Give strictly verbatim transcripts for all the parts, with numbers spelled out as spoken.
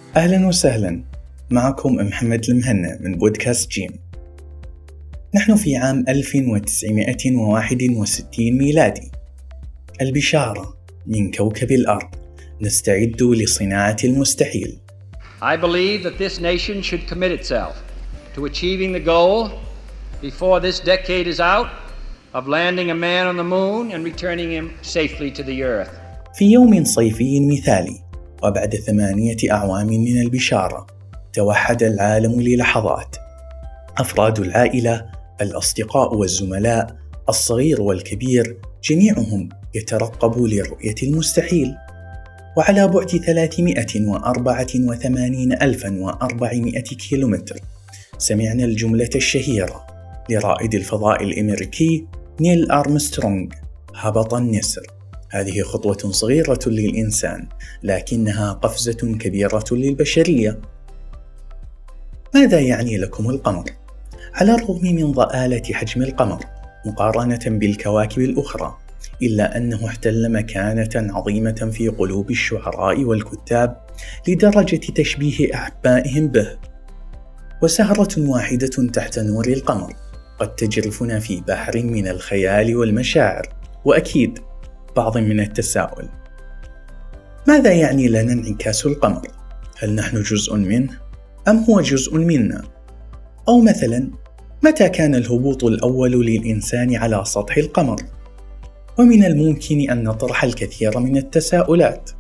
أهلا وسهلا، معكم محمد المهنا من بودكاست جيم. نحن في عام ألف وتسعمائة وواحد وستين ميلادي. البشارة من كوكب الأرض، نستعد لصناعة المستحيل. I believe that this nation should commit itself to achieving the goal before this decade is out of landing a man on the moon and returning him safely to the earth. في يوم صيفي مثالي وبعد ثمانية أعوام من البشارة، توحد العالم للحظات. أفراد العائلة، الأصدقاء والزملاء، الصغير والكبير، جميعهم يترقبوا لرؤية المستحيل. وعلى بعد ثلاثمائة وأربعة وثمانين ألفا وأربعمائة كيلومتر سمعنا الجملة الشهيرة لرائد الفضاء الأمريكي نيل أرمسترونغ: هبط النسر. هذه خطوة صغيرة للإنسان، لكنها قفزة كبيرة للبشرية. ماذا يعني لكم القمر؟ على الرغم من ضآلة حجم القمر مقارنة بالكواكب الأخرى، إلا أنه احتل مكانة عظيمة في قلوب الشعراء والكتاب لدرجة تشبيه أحبائهم به. وسهرة واحدة تحت نور القمر قد تجرفنا في بحر من الخيال والمشاعر، وأكيد بعض من التساؤل: ماذا يعني لنا انعكاس القمر؟ هل نحن جزء منه أم هو جزء منا؟ أو مثلا، متى كان الهبوط الأول للإنسان على سطح القمر؟ ومن الممكن أن نطرح الكثير من التساؤلات.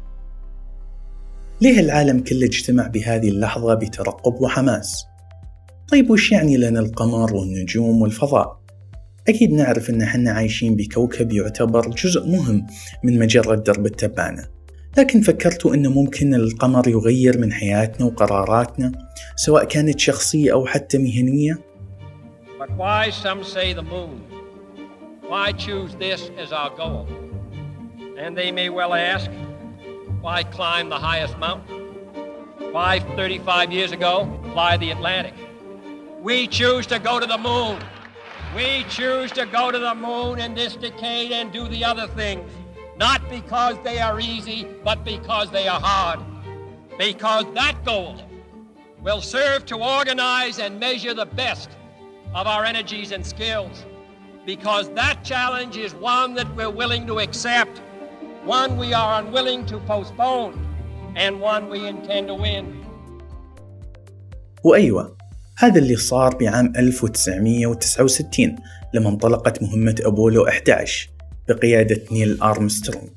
ليه العالم كله اجتمع بهذه اللحظة بترقب وحماس؟ طيب وش يعني لنا القمر والنجوم والفضاء؟ أكيد نعرف أن احنا عايشين بكوكب يعتبر جزء مهم من مجرة درب التبانة، لكن فكرتوا أنه ممكن القمر يغير من حياتنا وقراراتنا، سواء كانت شخصية أو حتى مهنية؟ But why some say the moon? Why choose this as our goal? And they may well ask, why climb the highest mountain? Why thirty-five years ago fly the Atlantic? We choose to go to the moon. We choose to go to the moon in this decade and do the other things, not because they are easy, but because they are hard. Because that goal will serve to organize and measure the best of our energies and skills. Because that challenge is one that we're willing to accept, one we are unwilling to postpone, and one we intend to win. وأيوة، هذا اللي صار بعام ألف وتسعمائة وتسعة وستين لما انطلقت مهمة أبولو إحدى عشر بقيادة نيل أرمسترونغ.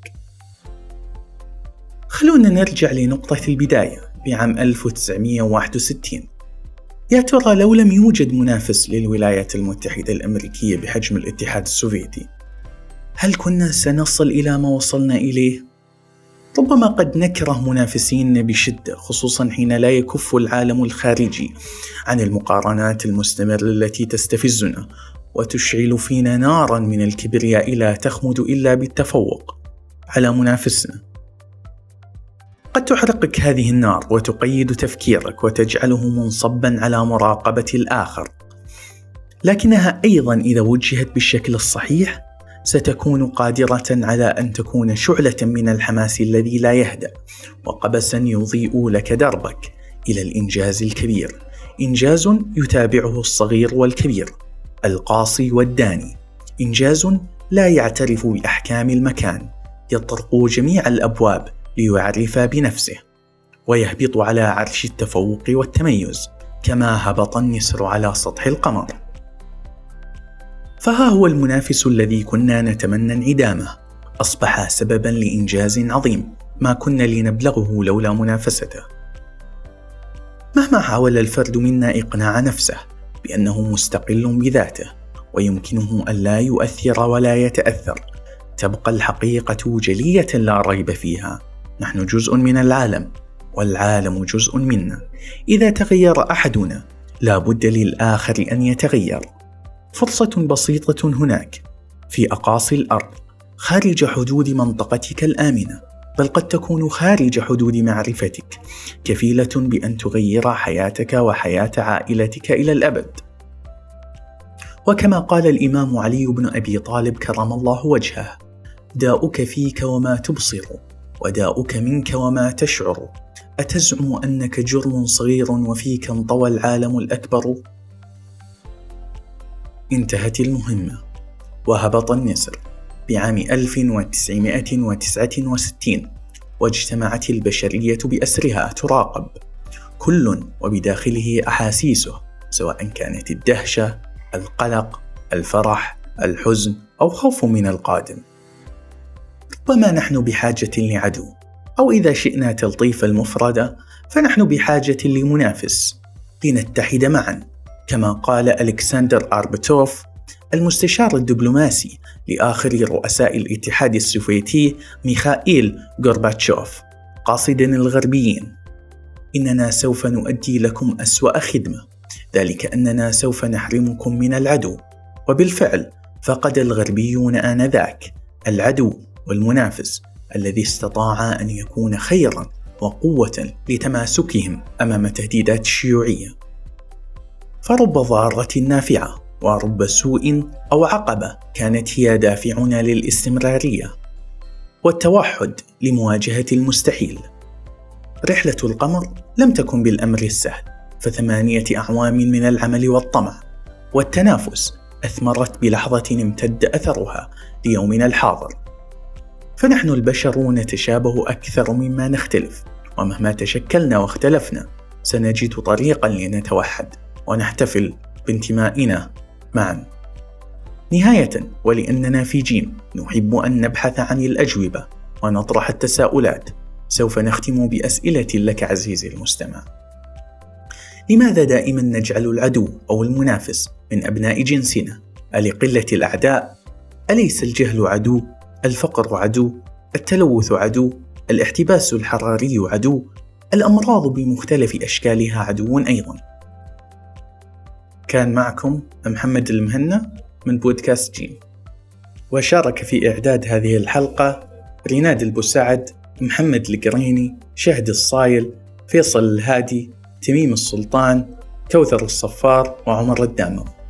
خلونا نرجع لنقطة البداية بعام ألف وتسعمائة وواحد وستين. يا ترى لو لم يوجد منافس للولايات المتحدة الأمريكية بحجم الاتحاد السوفيتي، هل كنا سنصل إلى ما وصلنا إليه؟ ربما قد نكره منافسينا بشدة، خصوصا حين لا يكف العالم الخارجي عن المقارنات المستمرة التي تستفزنا وتشعل فينا نارا من الكبرياء لا تخمد إلا بالتفوق على منافسنا. قد تحرقك هذه النار وتقيد تفكيرك وتجعله منصبا على مراقبة الآخر، لكنها أيضا إذا وجهت بالشكل الصحيح ستكون قادرة على أن تكون شعلة من الحماس الذي لا يهدأ، وقبسا يضيء لك دربك إلى الإنجاز الكبير، إنجاز يتابعه الصغير والكبير، القاصي والداني، إنجاز لا يعترف بأحكام المكان، يطرق جميع الأبواب ليعرف بنفسه ويهبط على عرش التفوق والتميز كما هبط النسر على سطح القمر. فها هو المنافس الذي كنا نتمنى انعدامه أصبح سببا لإنجاز عظيم ما كنا لنبلغه لولا منافسته. مهما حاول الفرد منا إقناع نفسه بأنه مستقل بذاته ويمكنه أن لا يؤثر ولا يتأثر، تبقى الحقيقة جلية لا ريب فيها: نحن جزء من العالم والعالم جزء منا. إذا تغير أحدنا لا بد للآخر أن يتغير. فرصة بسيطة هناك في أقاصي الأرض خارج حدود منطقتك الآمنة، بل قد تكون خارج حدود معرفتك، كفيلة بأن تغير حياتك وحياة عائلتك إلى الأبد. وكما قال الإمام علي بن أبي طالب كرم الله وجهه: داؤك فيك وما تبصر، وداؤك منك وما تشعر، أتزعم أنك جرم صغير وفيك انطوى العالم الأكبر؟ انتهت المهمة، وهبط النسر بعام ألف وتسعمائة وتسعة وستين، واجتمعت البشرية بأسرها تراقب، كل وبداخله أحاسيسه، سواء كانت الدهشة، القلق، الفرح، الحزن أو خوف من القادم. ربما نحن بحاجة لعدو، أو إذا شئنا تلطيف المفردة فنحن بحاجة لمنافس لنتحد معا، كما قال ألكسندر أربتوف المستشار الدبلوماسي لآخر رؤساء الاتحاد السوفيتي ميخائيل غورباتشوف، قاصدا الغربيين: إننا سوف نؤدي لكم أسوأ خدمة، ذلك أننا سوف نحرمكم من العدو. وبالفعل فقد الغربيون آنذاك العدو والمنافس الذي استطاع أن يكون خيرا وقوة لتماسكهم أمام تهديدات الشيوعية. فرب ضارة نافعة ورب سوء أو عقبة كانت هي دافعنا للاستمرارية والتوحد لمواجهة المستحيل. رحلة القمر لم تكن بالأمر السهل، فثمانية أعوام من العمل والطمع والتنافس أثمرت بلحظة امتد أثرها ليومنا الحاضر. فنحن البشر نتشابه أكثر مما نختلف، ومهما تشكلنا واختلفنا سنجد طريقا لنتوحد ونحتفل بانتمائنا معا. نهاية، ولأننا في جيم نحب أن نبحث عن الأجوبة ونطرح التساؤلات، سوف نختم بأسئلة لك عزيزي المستمع. لماذا دائما نجعل العدو أو المنافس من أبناء جنسنا؟ ألقلة الأعداء؟ أليس الجهل عدو؟ الفقر عدو؟ التلوث عدو؟ الاحتباس الحراري عدو؟ الأمراض بمختلف أشكالها عدو أيضا. كان معكم محمد المهنا من بودكاست جيم، وشارك في إعداد هذه الحلقة ريناد البوسعد، محمد القريني، شهد الصايل، فيصل الهادي، تميم السلطان، كوثر الصفار، وعمر الدامر.